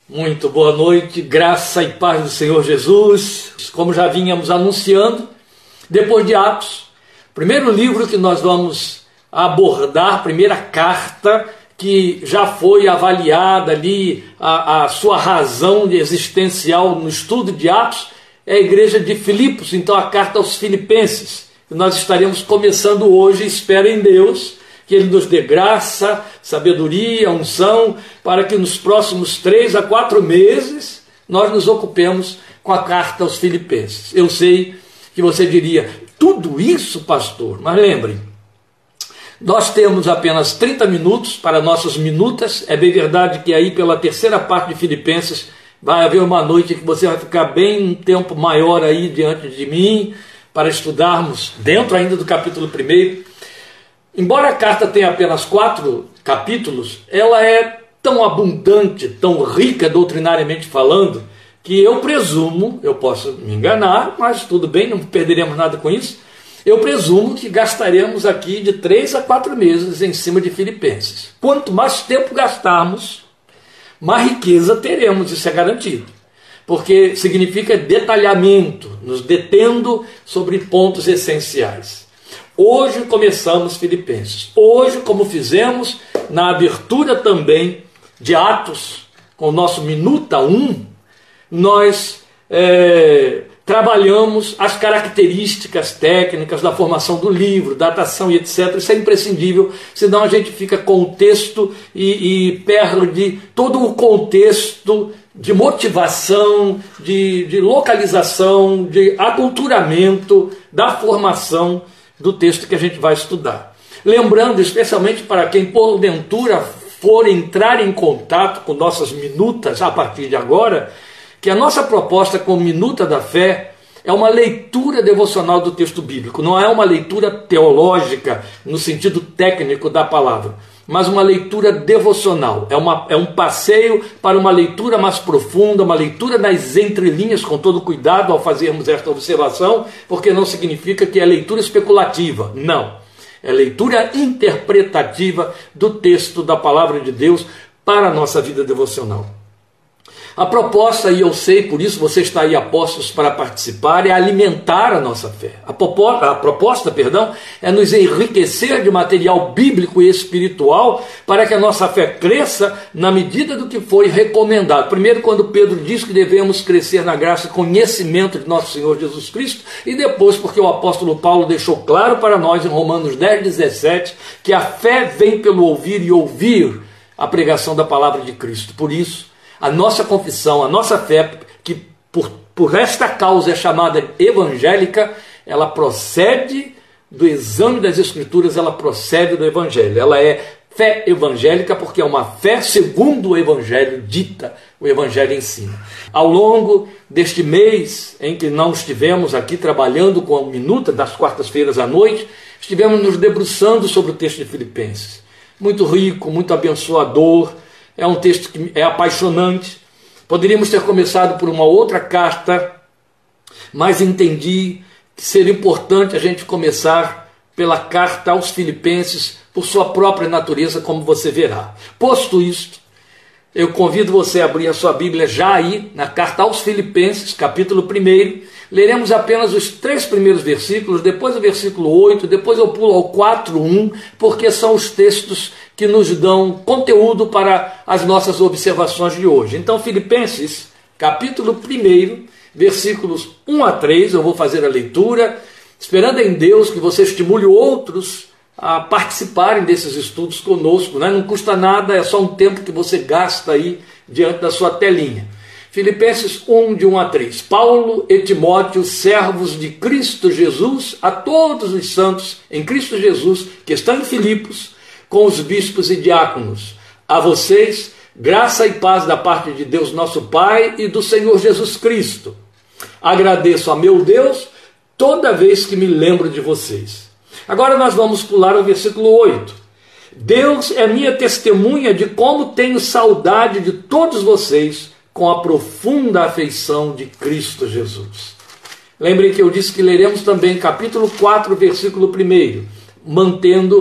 Muito boa noite, graça e paz do Senhor Jesus. Como já vínhamos anunciando, depois de Atos, primeiro livro que nós vamos abordar, primeira carta que já foi avaliada ali, a sua razão existencial no estudo de Atos, é a igreja de Filipos, então a carta aos Filipenses. Nós estaremos começando hoje, espero em Deus, que Ele nos dê graça, sabedoria, unção, para que nos próximos 3 a 4 meses nós nos ocupemos com a carta aos Filipenses. Eu sei que você diria, tudo isso, pastor? Mas lembre, nós temos apenas 30 minutos para nossas minutas. É bem verdade que aí pela terceira parte de Filipenses vai haver uma noite que você vai ficar bem um tempo maior aí diante de mim, para estudarmos dentro ainda do capítulo 1. Embora a carta tenha apenas 4 capítulos, ela é tão abundante, tão rica doutrinariamente falando, que eu presumo, eu posso me enganar, mas tudo bem, não perderemos nada com isso, eu presumo que gastaremos aqui de 3 a 4 meses em cima de Filipenses. Quanto mais tempo gastarmos, mais riqueza teremos, isso é garantido. Porque significa detalhamento, nos detendo sobre pontos essenciais. Hoje começamos Filipenses. Hoje, como fizemos na abertura também de Atos, com o nosso Minuta 1, nós trabalhamos as características técnicas da formação do livro, datação e etc. Isso é imprescindível, senão a gente fica com o texto e perde todo o contexto de motivação, de localização, de aculturamento da formação do texto que a gente vai estudar. Lembrando, especialmente para quem porventura for entrar em contato com nossas minutas a partir de agora, que a nossa proposta com Minuta da Fé é uma leitura devocional do texto bíblico, não é uma leitura teológica no sentido técnico da palavra, mas uma leitura devocional, é um passeio para uma leitura mais profunda, uma leitura nas entrelinhas, com todo cuidado ao fazermos esta observação, porque não significa que é leitura especulativa, não, é leitura interpretativa do texto da palavra de Deus para a nossa vida devocional. A proposta, e eu sei, por isso você está aí a postos para participar, é alimentar a nossa fé. A proposta, é nos enriquecer de material bíblico e espiritual para que a nossa fé cresça na medida do que foi recomendado. Primeiro, quando Pedro diz que devemos crescer na graça e conhecimento de nosso Senhor Jesus Cristo, e depois porque o apóstolo Paulo deixou claro para nós em Romanos 10:17 que a fé vem pelo ouvir e ouvir a pregação da palavra de Cristo. Por isso, a nossa confissão, a nossa fé, que por esta causa é chamada evangélica, ela procede do exame das Escrituras, ela procede do Evangelho. Ela é fé evangélica porque é uma fé segundo o Evangelho, dita o Evangelho ensina. Ao longo deste mês em que não estivemos aqui trabalhando com a Minuta das quartas-feiras à noite, estivemos nos debruçando sobre o texto de Filipenses. Muito rico, muito abençoador. É um texto que é apaixonante. Poderíamos ter começado por uma outra carta, mas entendi que seria importante a gente começar pela carta aos Filipenses, por sua própria natureza, como você verá. Posto isto, eu convido você a abrir a sua Bíblia já aí, na carta aos Filipenses, capítulo 1. Leremos apenas os 3 primeiros versículos, depois o versículo 8, depois eu pulo ao 4:1, porque são os textos que nos dão conteúdo para as nossas observações de hoje. Então, Filipenses, capítulo 1, versículos 1 a 3, eu vou fazer a leitura, esperando em Deus que você estimule outros a participarem desses estudos conosco, né? Não custa nada, é só um tempo que você gasta aí diante da sua telinha. Filipenses 1, de 1 a 3. Paulo e Timóteo, servos de Cristo Jesus, a todos os santos em Cristo Jesus, que estão em Filipos, com os bispos e diáconos. A vocês, graça e paz da parte de Deus nosso Pai e do Senhor Jesus Cristo. Agradeço a meu Deus toda vez que me lembro de vocês. Agora nós vamos pular ao versículo 8. Deus é minha testemunha de como tenho saudade de todos vocês com a profunda afeição de Cristo Jesus. Lembrem que eu disse que leremos também capítulo 4, versículo 1, mantendo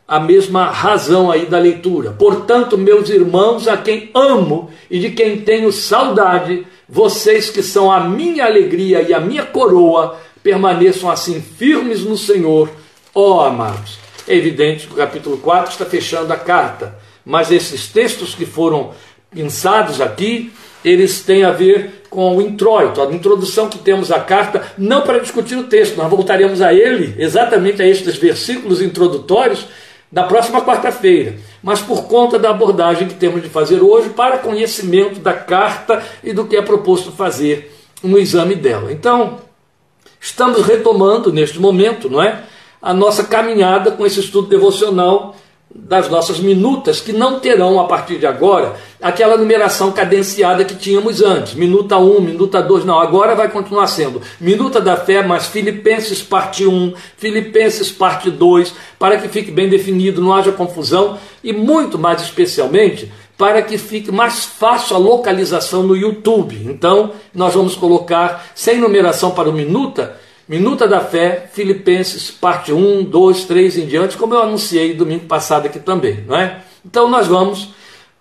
a mesma razão aí da leitura. Portanto, meus irmãos, a quem amo e de quem tenho saudade, vocês que são a minha alegria e a minha coroa, permaneçam assim firmes no Senhor, ó amados. É evidente que o capítulo 4 está fechando a carta, mas esses textos que foram pensados aqui, eles têm a ver com o introito, a introdução que temos à carta, não para discutir o texto, nós voltaremos a ele, exatamente a estes versículos introdutórios, na próxima quarta-feira, mas por conta da abordagem que temos de fazer hoje para conhecimento da carta e do que é proposto fazer no exame dela. Então, estamos retomando neste momento, não é, a nossa caminhada com esse estudo devocional das nossas minutas, que não terão a partir de agora aquela numeração cadenciada que tínhamos antes, minuta 1, minuta 2, não, agora vai continuar sendo minuta da fé, mas Filipenses parte 1, Filipenses parte 2, para que fique bem definido, não haja confusão, e muito mais especialmente para que fique mais fácil a localização no YouTube. Então nós vamos colocar sem numeração para o Minuta da Fé, Filipenses, parte 1, 2, 3 em diante, como eu anunciei domingo passado aqui também, não é? Então nós vamos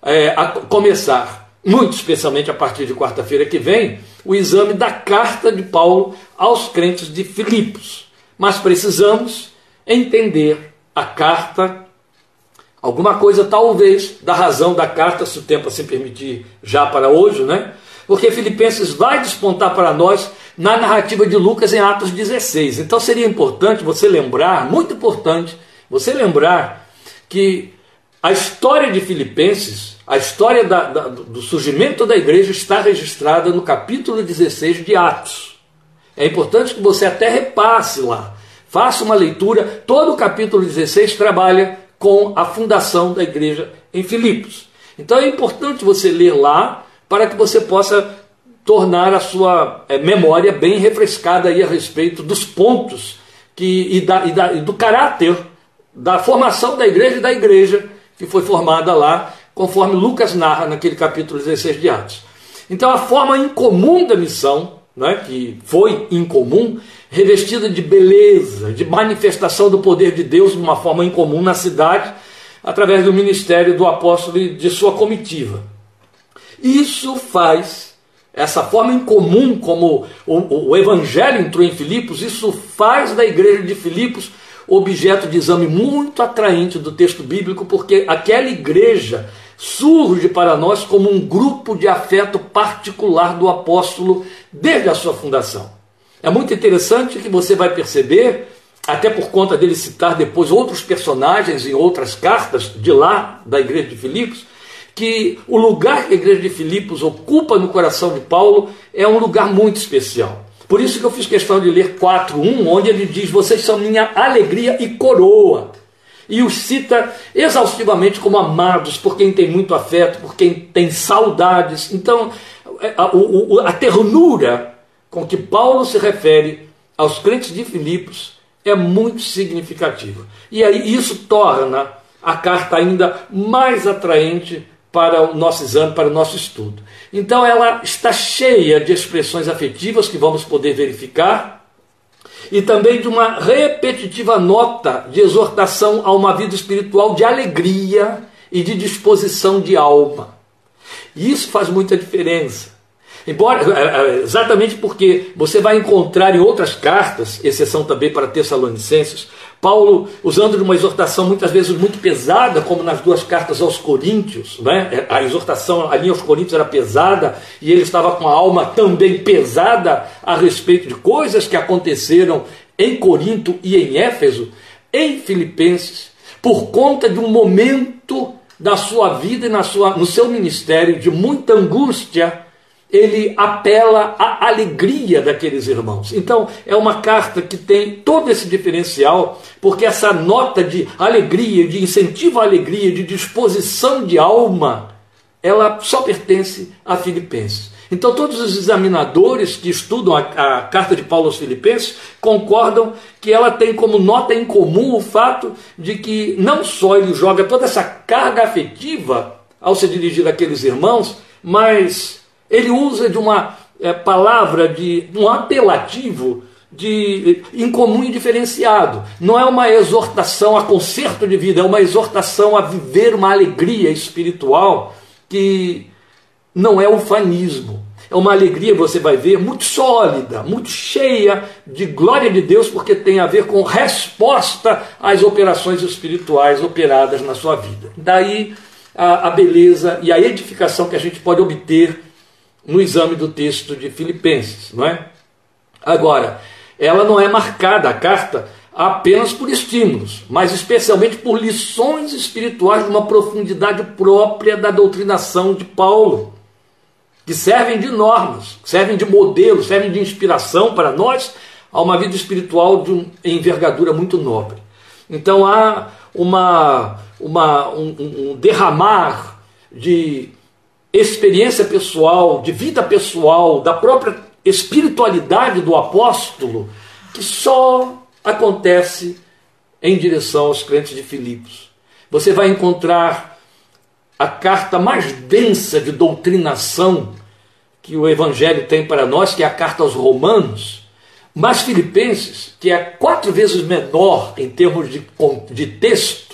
começar, muito especialmente a partir de quarta-feira que vem, o exame da carta de Paulo aos crentes de Filipos. Mas precisamos entender a carta, alguma coisa talvez da razão da carta, se o tempo assim permitir já para hoje, né? Porque Filipenses vai despontar para nós na narrativa de Lucas em Atos 16. Então seria importante você lembrar, muito importante, você lembrar que a história de Filipenses, a história do surgimento da igreja está registrada no capítulo 16 de Atos. É importante que você até repasse lá, faça uma leitura, todo o capítulo 16 trabalha com a fundação da igreja em Filipos. Então é importante você ler lá, para que você possa tornar a sua memória bem refrescada aí a respeito dos pontos e do caráter da formação da igreja que foi formada lá, conforme Lucas narra naquele capítulo 16 de Atos. Então a forma incomum da missão, né, que foi incomum, revestida de beleza, de manifestação do poder de Deus de uma forma incomum na cidade, através do ministério do apóstolo e de sua comitiva. Isso faz, essa forma incomum como o evangelho entrou em Filipos, isso faz da igreja de Filipos objeto de exame muito atraente do texto bíblico, porque aquela igreja surge para nós como um grupo de afeto particular do apóstolo desde a sua fundação. É muito interessante que você vai perceber, até por conta dele citar depois outros personagens em outras cartas de lá, da igreja de Filipos, que o lugar que a igreja de Filipos ocupa no coração de Paulo é um lugar muito especial. Por isso que eu fiz questão de ler 4:1, onde ele diz: vocês são minha alegria e coroa. E os cita exaustivamente como amados, por quem tem muito afeto, por quem tem saudades. Então, a ternura com que Paulo se refere aos crentes de Filipos é muito significativa. E aí isso torna a carta ainda mais atraente para o nosso exame, para o nosso estudo. Então ela está cheia de expressões afetivas que vamos poder verificar e também de uma repetitiva nota de exortação a uma vida espiritual de alegria e de disposição de alma. E isso faz muita diferença. Exatamente porque você vai encontrar em outras cartas, exceção também para Tessalonicenses, Paulo usando de uma exortação muitas vezes muito pesada, como nas duas cartas aos Coríntios, né? A exortação ali aos Coríntios era pesada e ele estava com a alma também pesada a respeito de coisas que aconteceram em Corinto e em Éfeso, em Filipenses, por conta de um momento da sua vida e no seu ministério de muita angústia. Ele apela à alegria daqueles irmãos. Então é uma carta que tem todo esse diferencial, porque essa nota de alegria, de incentivo à alegria, de disposição de alma, ela só pertence a Filipenses. Então todos os examinadores que estudam a carta de Paulo aos Filipenses concordam que ela tem como nota em comum o fato de que não só ele joga toda essa carga afetiva ao se dirigir àqueles irmãos, mas ele usa de uma palavra, de um apelativo incomum e diferenciado. Não é uma exortação a conserto de vida, é uma exortação a viver uma alegria espiritual que não é ufanismo. É uma alegria, você vai ver, muito sólida, muito cheia de glória de Deus, porque tem a ver com resposta às operações espirituais operadas na sua vida. Daí a beleza e a edificação que a gente pode obter no exame do texto de Filipenses, não é? Agora, ela não é marcada, a carta, apenas por estímulos, mas especialmente por lições espirituais de uma profundidade própria da doutrinação de Paulo, que servem de normas, servem de modelo, servem de inspiração para nós a uma vida espiritual de envergadura muito nobre. Então há um derramar de experiência pessoal, de vida pessoal, da própria espiritualidade do apóstolo, que só acontece em direção aos crentes de Filipos. Você vai encontrar a carta mais densa de doutrinação que o Evangelho tem para nós, que é a carta aos Romanos, mas Filipenses, que é 4 vezes menor em termos de texto,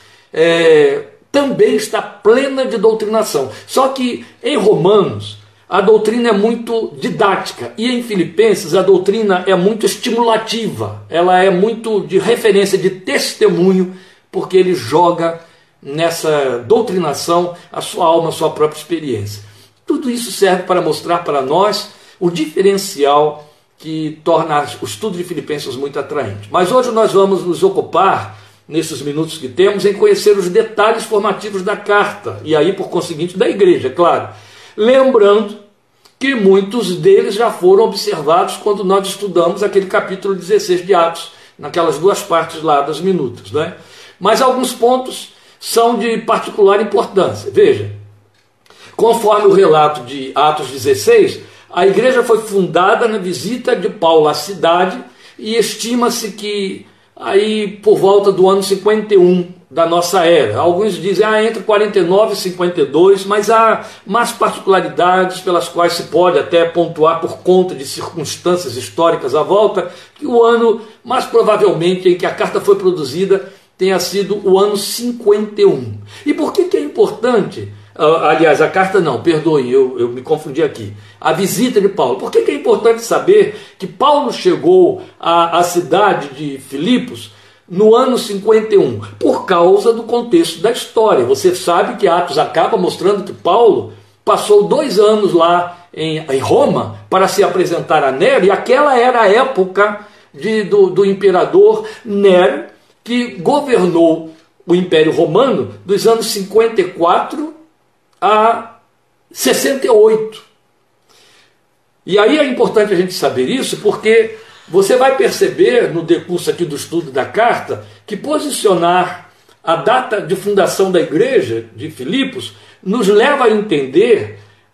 também está plena de doutrinação. Só que em Romanos a doutrina é muito didática e em Filipenses a doutrina é muito estimulativa, ela é muito de referência, de testemunho, porque ele joga nessa doutrinação a sua alma, a sua própria experiência. Tudo isso serve para mostrar para nós o diferencial que torna o estudo de Filipenses muito atraente. Mas hoje nós vamos nos ocupar, nesses minutos que temos, em conhecer os detalhes formativos da carta, e aí por conseguinte da igreja, claro. Lembrando que muitos deles já foram observados quando nós estudamos aquele capítulo 16 de Atos, naquelas 2 partes lá das minutas, né? Mas alguns pontos são de particular importância. Veja, conforme o relato de Atos 16, a igreja foi fundada na visita de Paulo à cidade e estima-se que aí por volta do ano 51 da nossa era. Alguns dizem entre 49 e 52, mas há mais particularidades pelas quais se pode até pontuar por conta de circunstâncias históricas à volta, que o ano mais provavelmente em que a carta foi produzida tenha sido o ano 51. E por que é importante? Aliás, a carta não, perdoe, eu me confundi aqui. A visita de Paulo. Por que é importante saber que Paulo chegou à cidade de Filipos no ano 51? Por causa do contexto da história. Você sabe que Atos acaba mostrando que Paulo passou 2 anos lá em Roma para se apresentar a Nero, e aquela era a época do imperador Nero, que governou o Império Romano dos anos 54 a 68. E aí é importante a gente saber isso, porque você vai perceber no decurso aqui do estudo da carta que posicionar a data de fundação da igreja de Filipos nos leva a entender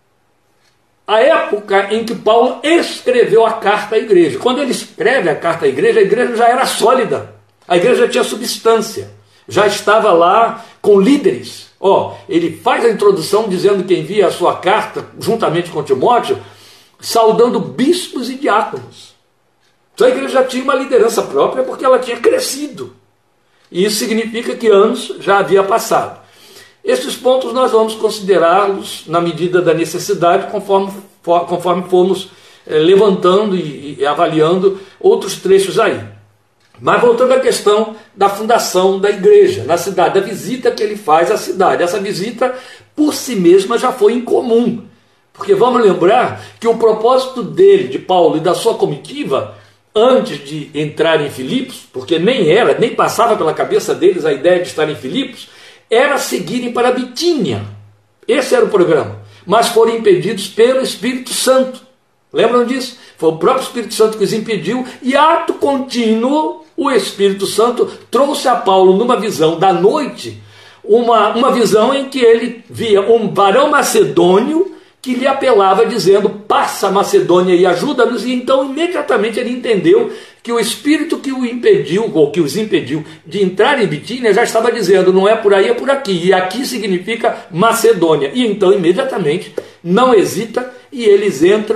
a época em que Paulo escreveu a carta à igreja. Quando ele escreve a carta à igreja, a igreja já era sólida, a igreja já tinha substância, já estava lá com líderes. Ele faz a introdução dizendo que envia a sua carta, juntamente com Timóteo, saudando bispos e diáconos. Então a igreja já tinha uma liderança própria porque ela tinha crescido. E isso significa que anos já havia passado. Esses pontos nós vamos considerá-los na medida da necessidade, conforme formos levantando e avaliando outros trechos aí. Mas voltando à questão da fundação da igreja na cidade, da visita que ele faz à cidade. Essa visita, por si mesma, já foi incomum. Porque vamos lembrar que o propósito dele, de Paulo e da sua comitiva, antes de entrar em Filipos, porque nem passava pela cabeça deles a ideia de estar em Filipos, era seguirem para a Bitínia. Esse era o programa. Mas foram impedidos pelo Espírito Santo. Lembram disso? Foi o próprio Espírito Santo que os impediu, e ato contínuo, o Espírito Santo trouxe a Paulo numa visão da noite, uma visão em que ele via um varão macedônio que lhe apelava dizendo: passa a Macedônia e ajuda-nos. E então imediatamente ele entendeu que o Espírito que o impediu, ou que os impediu de entrar em Bitínia, já estava dizendo: não é por aí, é por aqui, e aqui significa Macedônia. E então imediatamente não hesita e eles entram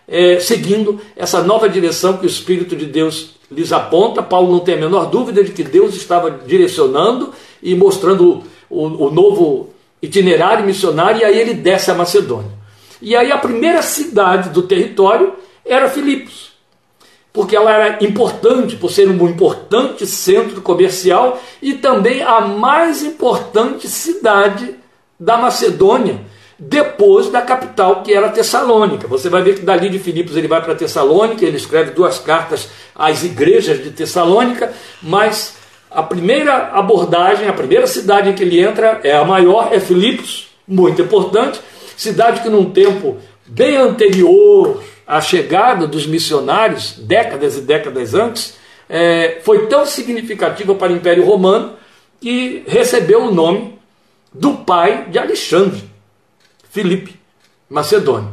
seguindo essa nova direção que o Espírito de Deus lhes aponta. Paulo não tem a menor dúvida de que Deus estava direcionando e mostrando o novo itinerário missionário, e aí ele desce a Macedônia. E aí a primeira cidade do território era Filipos, porque ela era importante por ser um importante centro comercial e também a mais importante cidade da Macedônia, depois da capital, que era Tessalônica. Você vai ver que dali de Filipos ele vai para Tessalônica, ele escreve 2 cartas às igrejas de Tessalônica, mas a primeira abordagem, a primeira cidade em que ele entra é a maior, é Filipos, muito importante, cidade que num tempo bem anterior à chegada dos missionários, décadas e décadas antes, foi tão significativa para o Império Romano que recebeu o nome do pai de Alexandre, Filipe Macedônio,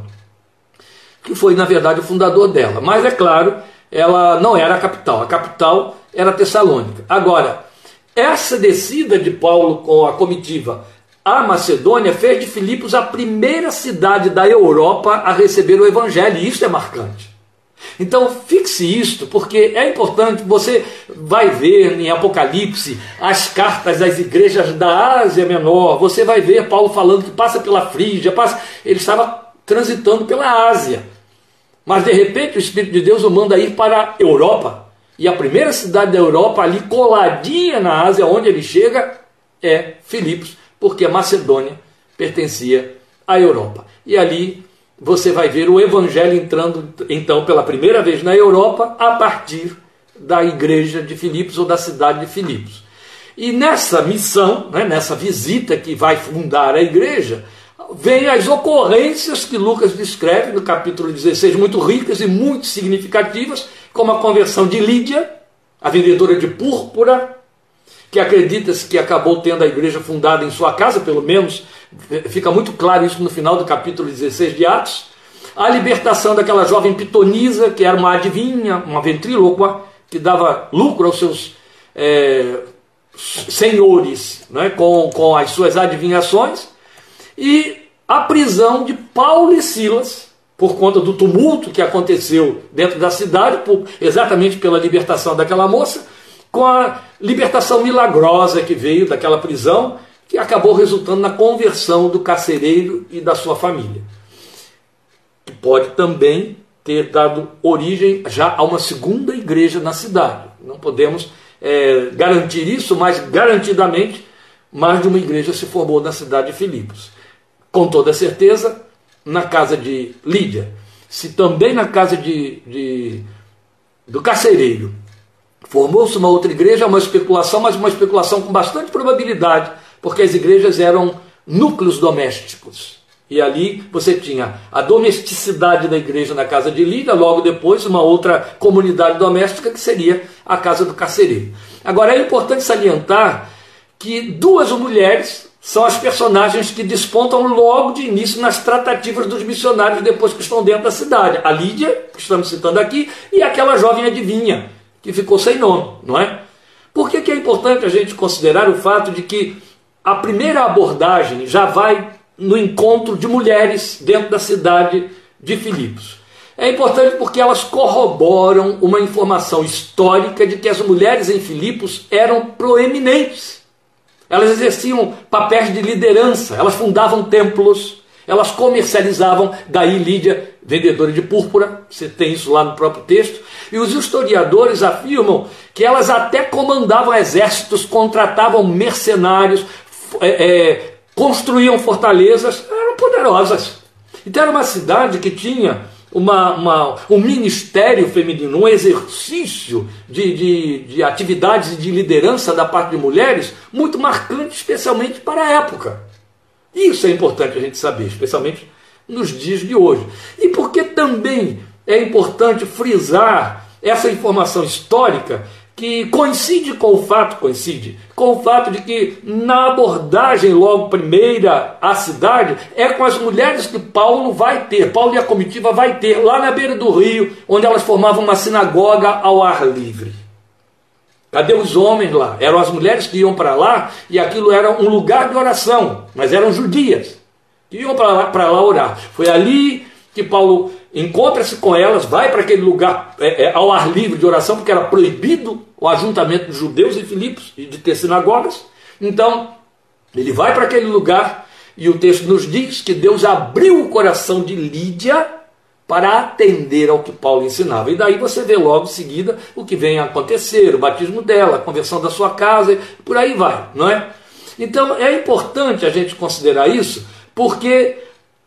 que foi na verdade o fundador dela. Mas é claro, ela não era a capital era Tessalônica. Agora, essa descida de Paulo com a comitiva à Macedônia fez de Filipos a primeira cidade da Europa a receber o Evangelho, e isso é marcante. Então fixe isto, porque é importante. Você vai ver em Apocalipse as cartas às igrejas da Ásia Menor, você vai ver Paulo falando que passa pela Frígia, ele estava transitando pela Ásia, mas de repente o Espírito de Deus o manda ir para a Europa, e a primeira cidade da Europa, ali coladinha na Ásia, onde ele chega, é Filipos, porque a Macedônia pertencia à Europa. E ali você vai ver o Evangelho entrando, então, pela primeira vez na Europa, a partir da igreja de Filipos, ou da cidade de Filipos. E nessa missão, nessa visita que vai fundar a igreja, vem as ocorrências que Lucas descreve no capítulo 16, muito ricas e muito significativas, como a conversão de Lídia, a vendedora de púrpura, que acredita-se que acabou tendo a igreja fundada em sua casa, pelo menos fica muito claro isso no final do capítulo 16 de Atos. A libertação daquela jovem pitonisa, que era uma adivinha, uma ventrílocua, que dava lucro aos seus senhores, com as suas adivinhações. E a prisão de Paulo e Silas, por conta do tumulto que aconteceu dentro da cidade, exatamente pela libertação daquela moça, com a libertação milagrosa que veio daquela prisão, que acabou resultando na conversão do carcereiro e da sua família. Que pode também ter dado origem já a uma segunda igreja na cidade. Não podemos garantir isso, mas garantidamente mais de uma igreja se formou na cidade de Filipos. Com toda certeza, na casa de Lídia. Se também na casa do carcereiro formou-se uma outra igreja, uma especulação, mas uma especulação com bastante probabilidade, porque as igrejas eram núcleos domésticos. E ali você tinha a domesticidade da igreja na casa de Lídia, logo depois uma outra comunidade doméstica que seria a casa do carcereiro. Agora é importante salientar que 2 mulheres são as personagens que despontam logo de início nas tratativas dos missionários depois que estão dentro da cidade. A Lídia, que estamos citando aqui, e aquela jovem adivinha, que ficou sem nome, não é? Por que é importante a gente considerar o fato de que a primeira abordagem já vai no encontro de mulheres dentro da cidade de Filipos? É importante porque elas corroboram uma informação histórica de que as mulheres em Filipos eram proeminentes. Elas exerciam papéis de liderança, elas fundavam templos, elas comercializavam, daí Lídia, vendedora de púrpura, você tem isso lá no próprio texto, e os historiadores afirmam que elas até comandavam exércitos, contratavam mercenários, construíam fortalezas, eram poderosas. Então era uma cidade que tinha um ministério feminino, um exercício de atividades e de liderança da parte de mulheres muito marcante, especialmente para a época. Isso é importante a gente saber, especialmente nos dias de hoje. E porque também é importante frisar essa informação histórica que coincide com o fato de que na abordagem logo primeira à cidade é com as mulheres que Paulo e a comitiva vai ter lá na beira do rio, onde elas formavam uma sinagoga ao ar livre. Cadê os homens lá? Eram as mulheres que iam para lá, e aquilo era um lugar de oração, mas eram judias que iam para lá orar. Foi ali que Paulo encontra-se com elas, vai para aquele lugar ao ar livre de oração, porque era proibido o ajuntamento de judeus em Filipos e de ter sinagogas. Então, ele vai para aquele lugar e o texto nos diz que Deus abriu o coração de Lídia para atender ao que Paulo ensinava. E daí você vê logo em seguida o que vem a acontecer, o batismo dela, a conversão da sua casa, por aí vai, não é? Então é importante a gente considerar isso, porque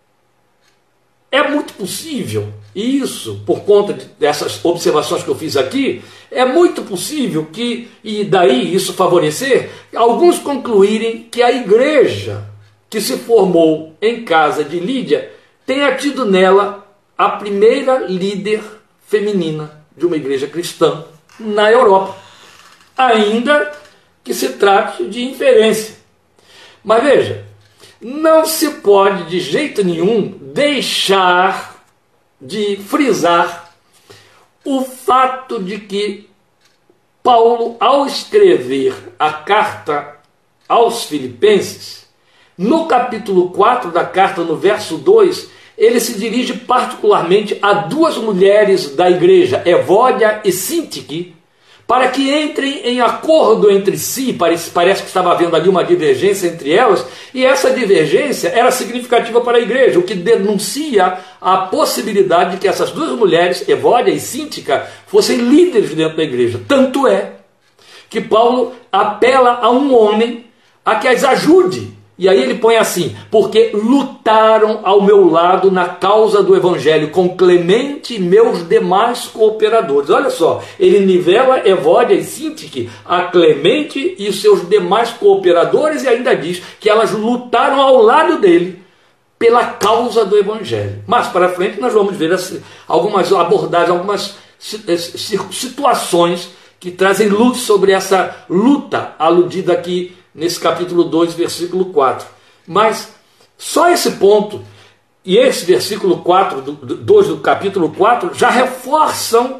é muito possível, e isso, por conta dessas observações que eu fiz aqui, é muito possível que, e daí isso favorecer, alguns concluírem que a igreja que se formou em casa de Lídia tenha tido nela a primeira líder feminina de uma igreja cristã na Europa, ainda que se trate de inferência. Mas veja, não se pode de jeito nenhum deixar de frisar o fato de que Paulo, ao escrever a carta aos Filipenses, no capítulo 4 da carta, no verso 2, ele se dirige particularmente a duas mulheres da igreja, Evódia e Sintique, para que entrem em acordo entre si. Parece que estava havendo ali uma divergência entre elas, e essa divergência era significativa para a igreja, o que denuncia a possibilidade de que essas duas mulheres, Evódia e Sintica, fossem líderes dentro da igreja. Tanto é que Paulo apela a um homem a que as ajude. E aí ele põe assim: porque lutaram ao meu lado na causa do evangelho com Clemente e meus demais cooperadores. Olha só, ele nivela Evódia e Sintique a Clemente e seus demais cooperadores, e ainda diz que elas lutaram ao lado dele pela causa do evangelho. Mais para frente nós vamos ver algumas abordagens, algumas situações que trazem luz sobre essa luta aludida aqui nesse capítulo 2, versículo 4. Mas só esse ponto e esse versículo 2 do capítulo 4 já reforçam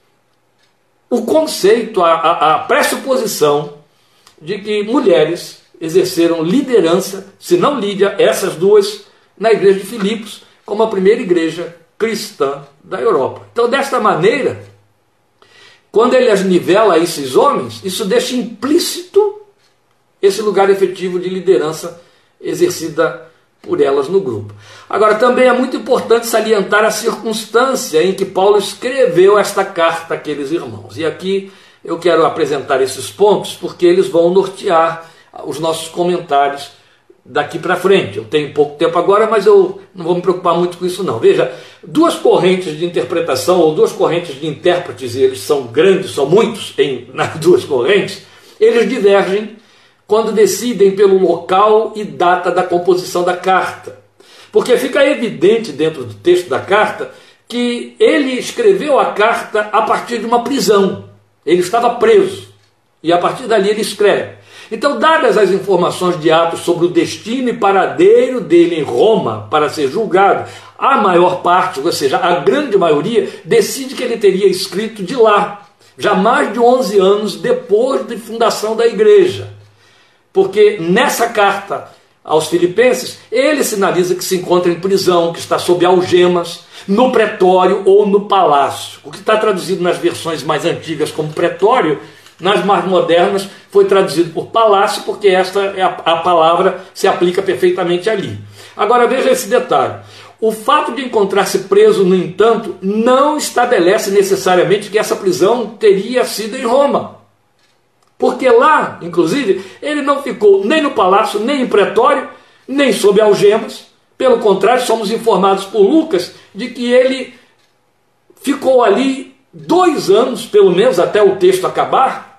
o conceito, a pressuposição de que mulheres exerceram liderança, se não Lídia, essas duas, na igreja de Filipos, como a primeira igreja cristã da Europa. Então, desta maneira, quando ele as nivela a esses homens, isso deixa implícito esse lugar efetivo de liderança exercida por elas no grupo. Agora, também é muito importante salientar a circunstância em que Paulo escreveu esta carta àqueles irmãos. E aqui eu quero apresentar esses pontos, porque eles vão nortear os nossos comentários daqui para frente. Eu tenho pouco tempo agora, mas eu não vou me preocupar muito com isso não. Veja, duas correntes de interpretação, ou duas correntes de intérpretes, e eles são grandes, são muitos nas duas correntes, eles divergem quando decidem pelo local e data da composição da carta. Porque fica evidente dentro do texto da carta que ele escreveu a carta a partir de uma prisão. Ele estava preso e a partir dali ele escreve. Então, dadas as informações de Atos sobre o destino e paradeiro dele em Roma para ser julgado, a maior parte, ou seja, a grande maioria, decide que ele teria escrito de lá, já mais de 11 anos depois da fundação da igreja. Porque nessa carta aos Filipenses, ele sinaliza que se encontra em prisão, que está sob algemas, no pretório ou no palácio. O que está traduzido nas versões mais antigas como pretório, nas mais modernas foi traduzido por palácio, porque esta é a palavra se aplica perfeitamente ali. Agora veja esse detalhe. O fato de encontrar-se preso, no entanto, não estabelece necessariamente que essa prisão teria sido em Roma. Porque lá, inclusive, ele não ficou nem no palácio, nem em pretório, nem sob algemas. Pelo contrário, somos informados por Lucas de que ele ficou ali 2 anos, pelo menos até o texto acabar,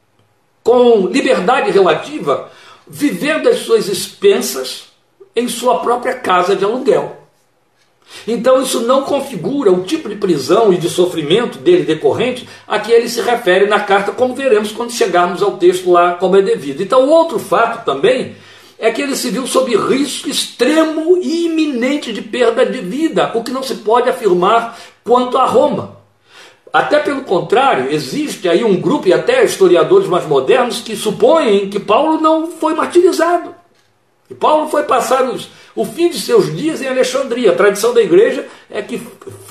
com liberdade relativa, vivendo as suas expensas em sua própria casa de aluguel. Então isso não configura o tipo de prisão e de sofrimento dele decorrente a que ele se refere na carta, como veremos quando chegarmos ao texto lá como é devido. Então o outro fato também é que ele se viu sob risco extremo e iminente de perda de vida, o que não se pode afirmar quanto a Roma. Até pelo contrário, existe aí um grupo, e até historiadores mais modernos, que supõem que Paulo não foi martirizado. E Paulo foi passar o fim de seus dias em Alexandria. A tradição da igreja é que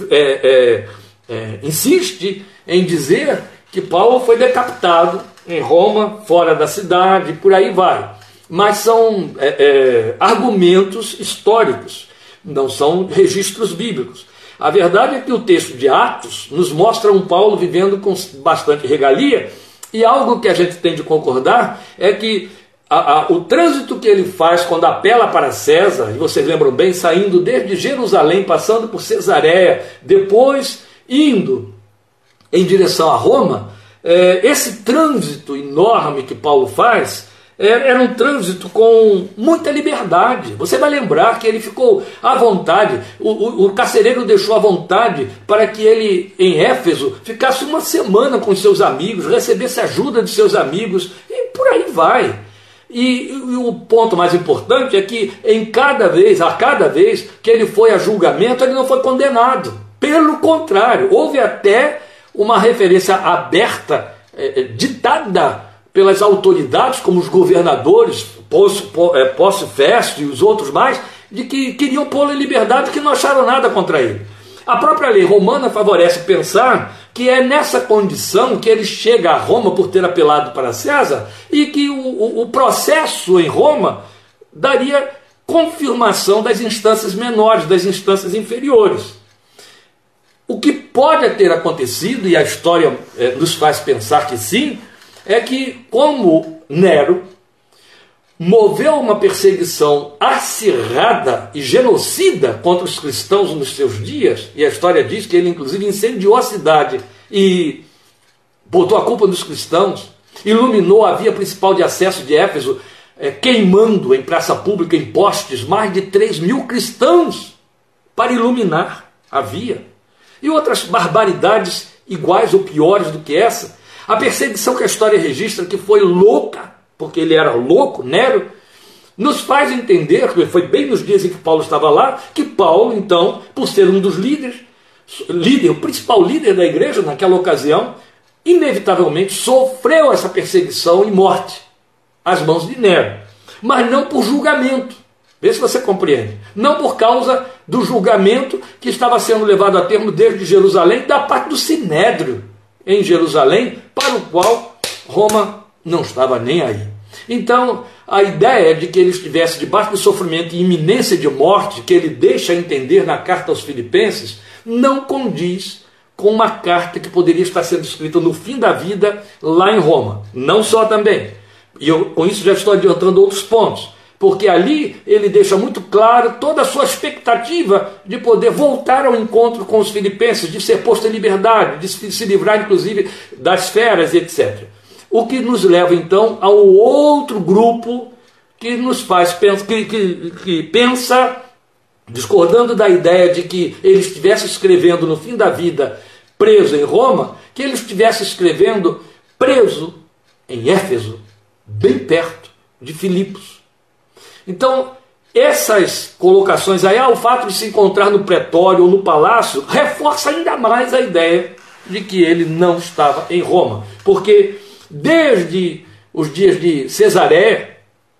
insiste em dizer que Paulo foi decapitado em Roma, fora da cidade, por aí vai. Mas são argumentos históricos, não são registros bíblicos. A verdade é que o texto de Atos nos mostra um Paulo vivendo com bastante regalia, e algo que a gente tem de concordar é que o trânsito que ele faz quando apela para César, e vocês lembram bem, saindo desde Jerusalém, passando por Cesareia, depois indo em direção a Roma, esse trânsito enorme que Paulo faz era um trânsito com muita liberdade. Você vai lembrar que ele ficou à vontade, o carcereiro deixou à vontade para que ele, em Éfeso, ficasse uma semana com seus amigos, recebesse ajuda de seus amigos, e por aí vai. E o ponto mais importante é que a cada vez que ele foi a julgamento, ele não foi condenado. Pelo contrário, houve até uma referência aberta, ditada pelas autoridades, como os governadores, Pórcio Festo e os outros mais, de que queriam pô-lo em liberdade, que não acharam nada contra ele. A própria lei romana favorece pensar que é nessa condição que ele chega a Roma por ter apelado para César, e que o processo em Roma daria confirmação das instâncias menores, das instâncias inferiores. O que pode ter acontecido, e a história nos faz pensar que sim, é que, como Nero moveu uma perseguição acirrada e genocida contra os cristãos nos seus dias, e a história diz que ele inclusive incendiou a cidade e botou a culpa nos cristãos, iluminou a via principal de acesso de Éfeso, queimando em praça pública, em postes, mais de 3.000 cristãos para iluminar a via, e outras barbaridades iguais ou piores do que essa. A perseguição que a história registra, que foi louca, porque ele era louco, Nero, nos faz entender, que foi bem nos dias em que Paulo estava lá, que Paulo, então, por ser um dos líderes, o principal líder da igreja naquela ocasião, inevitavelmente sofreu essa perseguição e morte às mãos de Nero. Mas não por julgamento. Vê se você compreende. Não por causa do julgamento que estava sendo levado a termo desde Jerusalém, da parte do Sinédrio em Jerusalém, para o qual Roma não estava nem aí. Então, a ideia de que ele estivesse debaixo de sofrimento e iminência de morte, que ele deixa entender na carta aos Filipenses, não condiz com uma carta que poderia estar sendo escrita no fim da vida lá em Roma. Não só também. E eu, com isso, já estou adiantando outros pontos. Porque ali ele deixa muito claro toda a sua expectativa de poder voltar ao encontro com os filipenses, de ser posto em liberdade, de se livrar inclusive das feras, etc. O que nos leva então ao outro grupo que nos faz que pensa, discordando da ideia de que ele estivesse escrevendo no fim da vida preso em Roma, que ele estivesse escrevendo preso em Éfeso, bem perto de Filipos. Então, essas colocações aí, o fato de se encontrar no pretório ou no palácio, reforça ainda mais a ideia de que ele não estava em Roma. Porque desde os dias de Cesareia,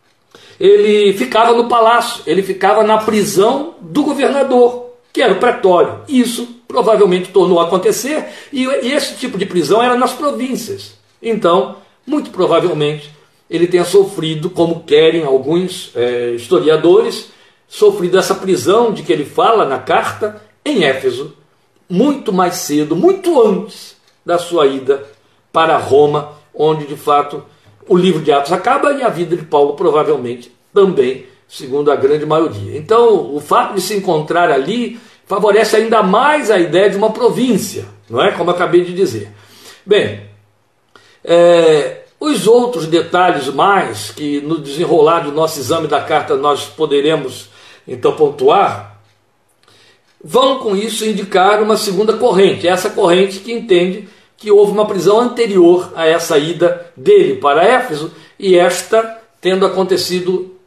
ele ficava no palácio, ele ficava na prisão do governador, que era o pretório. Isso provavelmente tornou a acontecer, e esse tipo de prisão era nas províncias. Então, muito provavelmente, ele tenha sofrido, como querem alguns historiadores, sofrido essa prisão de que ele fala na carta em Éfeso, muito mais cedo, muito antes da sua ida para Roma, onde de fato o livro de Atos acaba e a vida de Paulo provavelmente também, segundo a grande maioria. Então, o fato de se encontrar ali favorece ainda mais a ideia de uma província, não é? Como eu acabei de dizer. Bem, os outros detalhes mais que no desenrolar do nosso exame da carta nós poderemos então pontuar, vão com isso indicar uma segunda corrente, essa corrente que entende que houve uma prisão anterior a essa ida dele para Éfeso, e esta tendo acontecido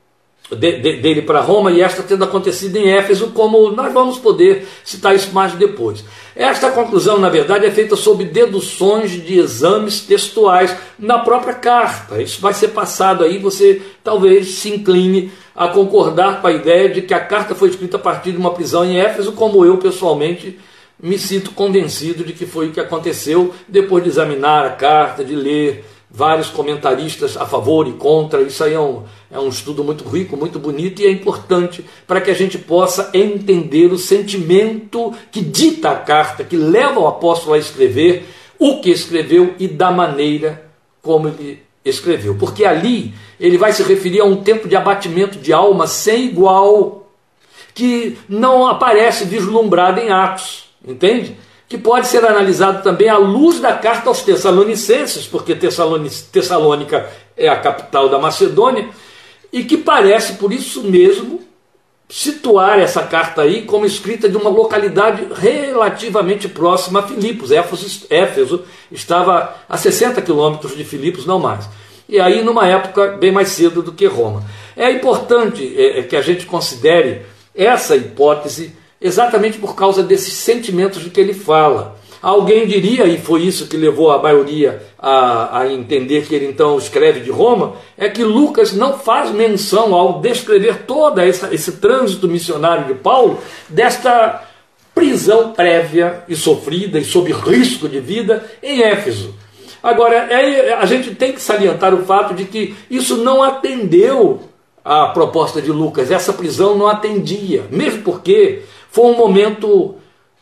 dele para Roma, e esta tendo acontecido em Éfeso, como nós vamos poder citar isso mais depois. Esta conclusão, na verdade, é feita sob deduções de exames textuais na própria carta. Isso vai ser passado aí, você talvez se incline a concordar com a ideia de que a carta foi escrita a partir de uma prisão em Éfeso, como eu pessoalmente me sinto convencido de que foi o que aconteceu, depois de examinar a carta, de ler vários comentaristas a favor e contra. Isso aí é um estudo muito rico, muito bonito, e é importante para que a gente possa entender o sentimento que dita a carta, que leva o apóstolo a escrever o que escreveu e da maneira como ele escreveu. Porque ali ele vai se referir a um tempo de abatimento de alma sem igual, que não aparece vislumbrado em Atos, entende? Que pode ser analisado também à luz da carta aos Tessalonicenses, porque Tessalônica é a capital da Macedônia, e que parece, por isso mesmo, situar essa carta aí como escrita de uma localidade relativamente próxima a Filipos. Éfeso estava a 60 quilômetros de Filipos, não mais. E aí numa época bem mais cedo do que Roma. É importante que a gente considere essa hipótese exatamente por causa desses sentimentos de que ele fala. Alguém diria, e foi isso que levou a maioria a entender que ele então escreve de Roma, é que Lucas não faz menção, ao descrever todo esse trânsito missionário de Paulo, desta prisão prévia e sofrida e sob risco de vida em Éfeso. Agora, a gente tem que salientar o fato de que isso não atendeu à proposta de Lucas, essa prisão não atendia, mesmo porque foi um momento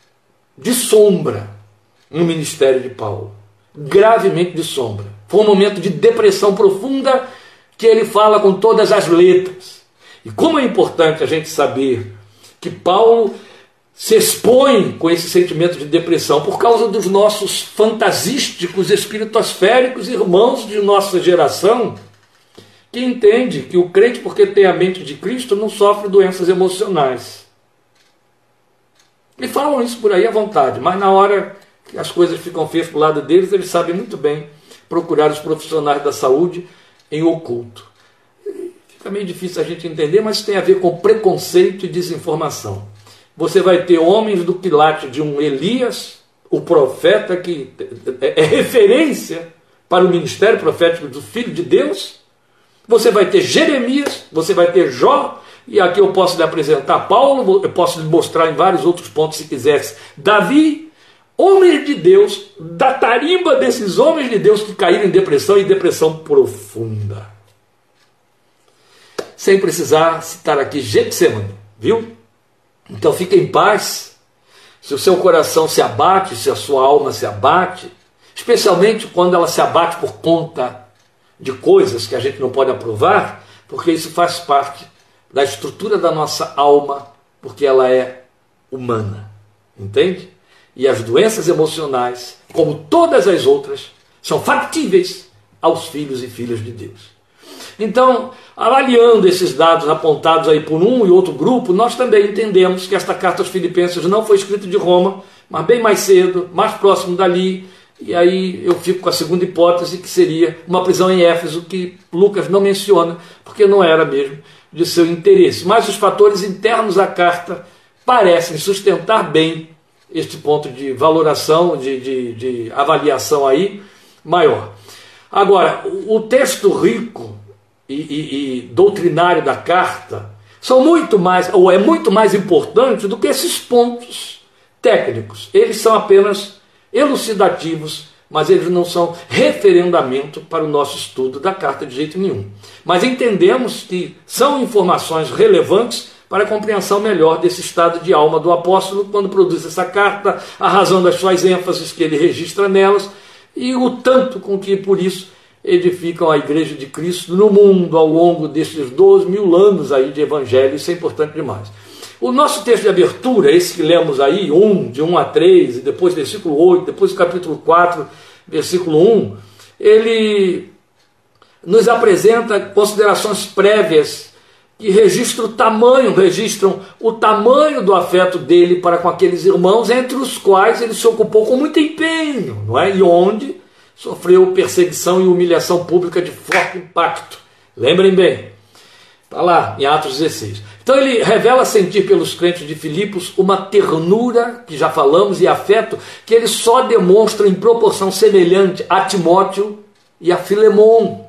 de sombra no ministério de Paulo, gravemente de sombra. Foi um momento de depressão profunda que ele fala com todas as letras. E como é importante a gente saber que Paulo se expõe com esse sentimento de depressão por causa dos nossos fantasísticos, espiritosféricos irmãos de nossa geração, que entende que o crente, porque tem a mente de Cristo, não sofre doenças emocionais. E falam isso por aí à vontade, mas na hora que as coisas ficam feias para o lado deles, eles sabem muito bem procurar os profissionais da saúde em oculto. Fica meio difícil a gente entender, mas isso tem a ver com preconceito e desinformação. Você vai ter homens do quilate de um Elias, o profeta que é referência para o ministério profético do Filho de Deus. Você vai ter Jeremias, você vai ter Jó, e aqui eu posso lhe apresentar Paulo, eu posso lhe mostrar em vários outros pontos se quisesse, Davi, homens de Deus, da tarimba desses homens de Deus que caíram em depressão, e depressão profunda. Sem precisar citar aqui Getsemane, viu? Então fique em paz. Se o seu coração se abate, se a sua alma se abate, especialmente quando ela se abate por conta de coisas que a gente não pode aprovar, porque isso faz parte da estrutura da nossa alma, porque ela é humana, entende? E as doenças emocionais, como todas as outras, são factíveis aos filhos e filhas de Deus. Então, avaliando esses dados apontados aí por um e outro grupo, nós também entendemos que esta carta aos Filipenses não foi escrita de Roma, mas bem mais cedo, mais próximo dali. E aí eu fico com a segunda hipótese, que seria uma prisão em Éfeso, que Lucas não menciona, porque não era mesmo de seu interesse. Mas os fatores internos à carta parecem sustentar bem este ponto de valoração, de avaliação aí maior. Agora, o texto rico e doutrinário da carta são muito mais, ou é muito mais importante do que esses pontos técnicos. Eles são apenas elucidativos, mas eles não são referendamento para o nosso estudo da carta de jeito nenhum. Mas entendemos que são informações relevantes para a compreensão melhor desse estado de alma do apóstolo quando produz essa carta, a razão das suas ênfases que ele registra nelas e o tanto com que, por isso, edificam a Igreja de Cristo no mundo ao longo destes 12.000 anos aí de evangelho. Isso é importante demais. O nosso texto de abertura, esse que lemos aí, de 1 a 3, e depois versículo 8, depois o capítulo 4, versículo 1, ele nos apresenta considerações prévias que registram o tamanho do afeto dele para com aqueles irmãos, entre os quais ele se ocupou com muito empenho, não é? E onde sofreu perseguição e humilhação pública de forte impacto. Lembrem bem. Está lá em Atos 16. Então ele revela sentir pelos crentes de Filipos uma ternura, que já falamos, e afeto, que ele só demonstra em proporção semelhante a Timóteo e a Filemon,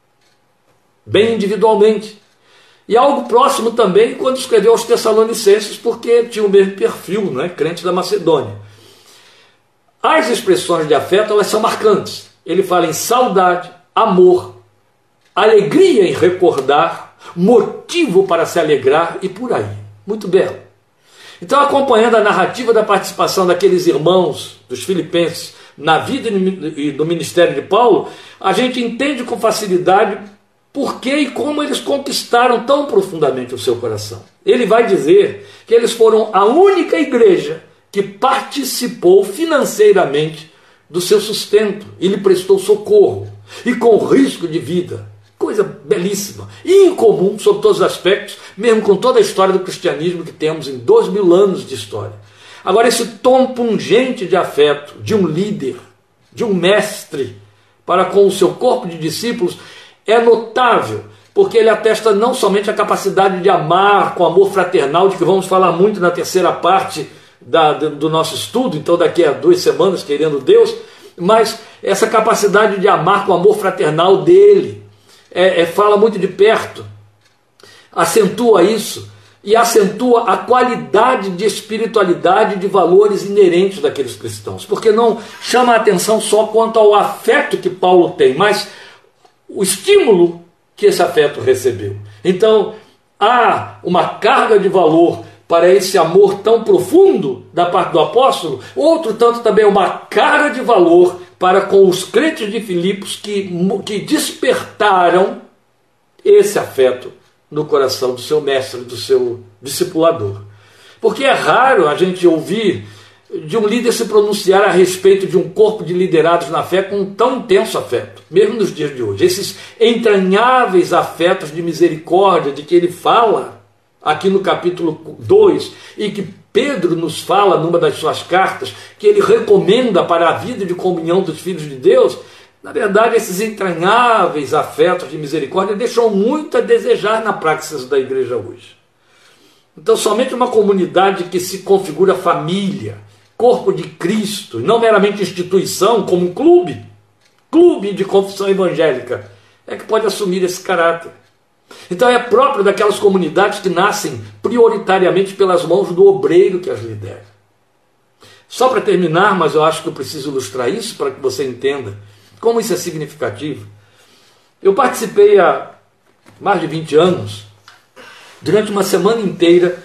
bem individualmente. E algo próximo também quando escreveu aos Tessalonicenses, porque tinha o mesmo perfil, não é? Crente da Macedônia. As expressões de afeto, elas são marcantes. Ele fala em saudade, amor, alegria em recordar, motivo para se alegrar e por aí. Muito belo. Então, acompanhando a narrativa da participação daqueles irmãos dos filipenses na vida e no ministério de Paulo, a gente entende com facilidade por que e como eles conquistaram tão profundamente o seu coração. Ele vai dizer que eles foram a única igreja que participou financeiramente do seu sustento e lhe prestou socorro, e com risco de vida. Coisa belíssima, incomum sobre todos os aspectos, mesmo com toda a história do cristianismo que temos em 2000 anos de história. Agora, esse tom pungente de afeto de um líder, de um mestre, para com o seu corpo de discípulos, é notável, porque ele atesta não somente a capacidade de amar com amor fraternal, de que vamos falar muito na terceira parte do nosso estudo, então daqui a 2 semanas, querendo Deus, mas essa capacidade de amar com amor fraternal dele, fala muito de perto, acentua isso, e acentua a qualidade de espiritualidade e de valores inerentes daqueles cristãos, porque não chama a atenção só quanto ao afeto que Paulo tem, mas o estímulo que esse afeto recebeu. Então, há uma carga de valor para esse amor tão profundo da parte do apóstolo, outro tanto também uma carga de valor para com os crentes de Filipos que despertaram esse afeto no coração do seu mestre, do seu discipulador. Porque é raro a gente ouvir de um líder se pronunciar a respeito de um corpo de liderados na fé com tão intenso afeto, mesmo nos dias de hoje. Esses entranháveis afetos de misericórdia de que ele fala aqui no capítulo 2 e que Pedro nos fala numa das suas cartas, que ele recomenda para a vida de comunhão dos filhos de Deus. Na verdade, esses entranháveis afetos de misericórdia deixam muito a desejar na praxis da igreja hoje. Então, somente uma comunidade que se configura família, corpo de Cristo, e não meramente instituição, como um clube de confissão evangélica, é que pode assumir esse caráter. Então é próprio daquelas comunidades que nascem prioritariamente pelas mãos do obreiro que as lidera. Só para terminar, mas eu acho que eu preciso ilustrar isso para que você entenda como isso é significativo. Eu participei há mais de 20 anos, durante uma semana inteira,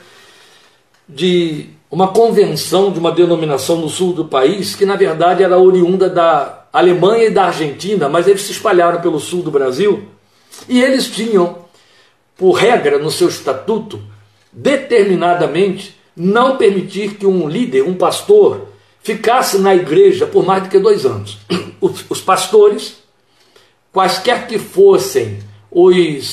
de uma convenção de uma denominação no sul do país, que na verdade era oriunda da Alemanha e da Argentina, mas eles se espalharam pelo sul do Brasil, e eles tinham, por regra no seu estatuto, determinadamente não permitir que um líder, um pastor, ficasse na igreja por mais do que 2 anos. Os pastores, quaisquer que fossem o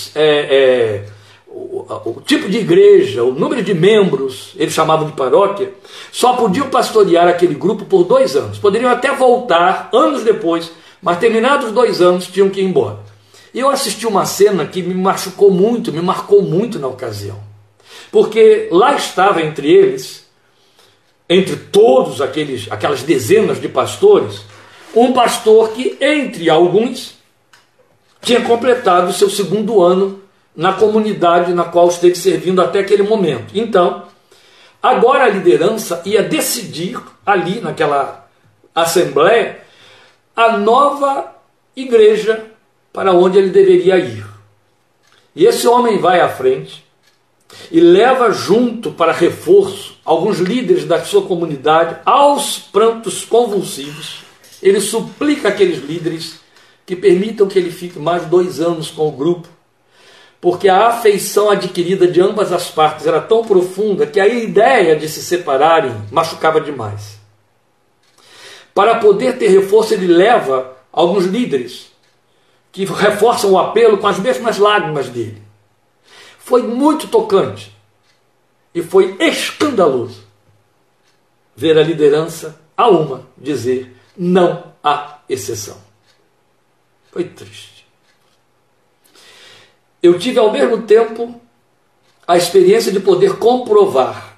tipo de igreja, o número de membros, eles chamavam de paróquia, só podiam pastorear aquele grupo por 2 anos. Poderiam até voltar anos depois, mas terminados os 2 anos tinham que ir embora. E eu assisti uma cena que me marcou muito na ocasião. Porque lá estava entre eles, entre todos aquelas dezenas de pastores, um pastor que, entre alguns, tinha completado o seu 2º ano na comunidade na qual esteve servindo até aquele momento. Então, agora a liderança ia decidir ali naquela assembleia a nova igreja para onde ele deveria ir. E esse homem vai à frente e leva junto para reforço alguns líderes da sua comunidade. Aos prantos convulsivos, ele suplica aqueles líderes que permitam que ele fique mais 2 anos com o grupo, porque a afeição adquirida de ambas as partes era tão profunda que a ideia de se separarem machucava demais. Para poder ter reforço, ele leva alguns líderes que reforçam o apelo com as mesmas lágrimas dele. Foi muito tocante e foi escandaloso ver a liderança a uma dizer: não há exceção. Foi triste. eu tive ao mesmo tempo a experiência de poder comprovar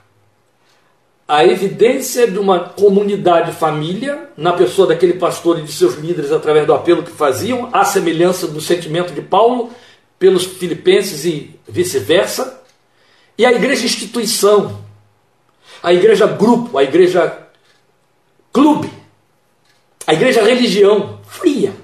a evidência de uma comunidade família, na pessoa daquele pastor e de seus líderes, através do apelo que faziam, à semelhança do sentimento de Paulo pelos filipenses e vice-versa, e a igreja instituição, a igreja grupo, a igreja clube, a igreja religião, fria,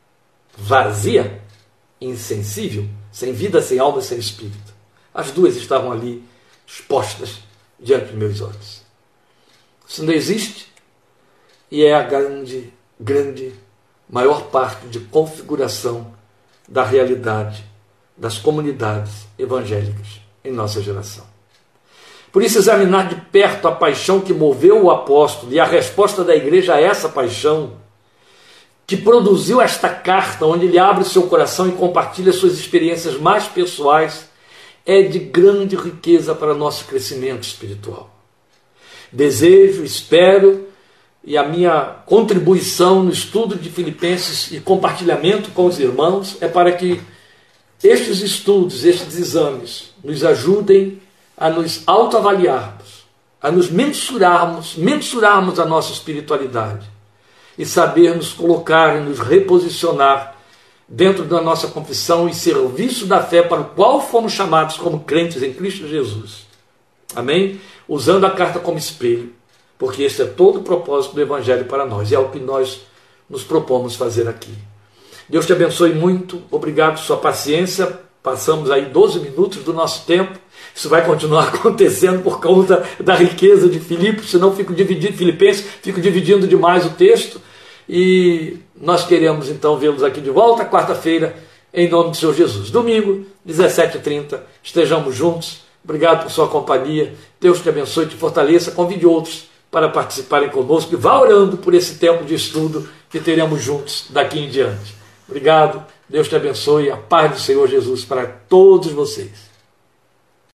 vazia, insensível, sem vida, sem alma, sem espírito. As duas estavam ali expostas diante dos meus olhos. Isso não existe e é a grande, maior parte de configuração da realidade das comunidades evangélicas em nossa geração. Por isso, examinar de perto a paixão que moveu o apóstolo e a resposta da igreja a essa paixão, que produziu esta carta, onde ele abre o seu coração e compartilha suas experiências mais pessoais, é de grande riqueza para nosso crescimento espiritual. Desejo, espero, e a minha contribuição no estudo de Filipenses e compartilhamento com os irmãos é para que estes estudos, estes exames, nos ajudem a nos autoavaliarmos, a nos mensurarmos a nossa espiritualidade e sabermos colocar e nos reposicionar dentro da nossa confissão e serviço da fé para o qual fomos chamados como crentes em Cristo Jesus. Amém? Usando a carta como espelho, porque esse é todo o propósito do Evangelho para nós, e é o que nós nos propomos fazer aqui. Deus te abençoe muito, obrigado por sua paciência, passamos aí 12 minutos do nosso tempo, isso vai continuar acontecendo por conta da riqueza de Filipos, senão fico dividindo demais o texto, e nós queremos então vê-los aqui de volta, quarta-feira, em nome do Senhor Jesus. Domingo, 17h30, estejamos juntos. Obrigado por sua companhia. Deus te abençoe, te fortaleça. Convide outros para participarem conosco e vá orando por esse tempo de estudo que teremos juntos daqui em diante. Obrigado. Deus te abençoe. A paz do Senhor Jesus para todos vocês.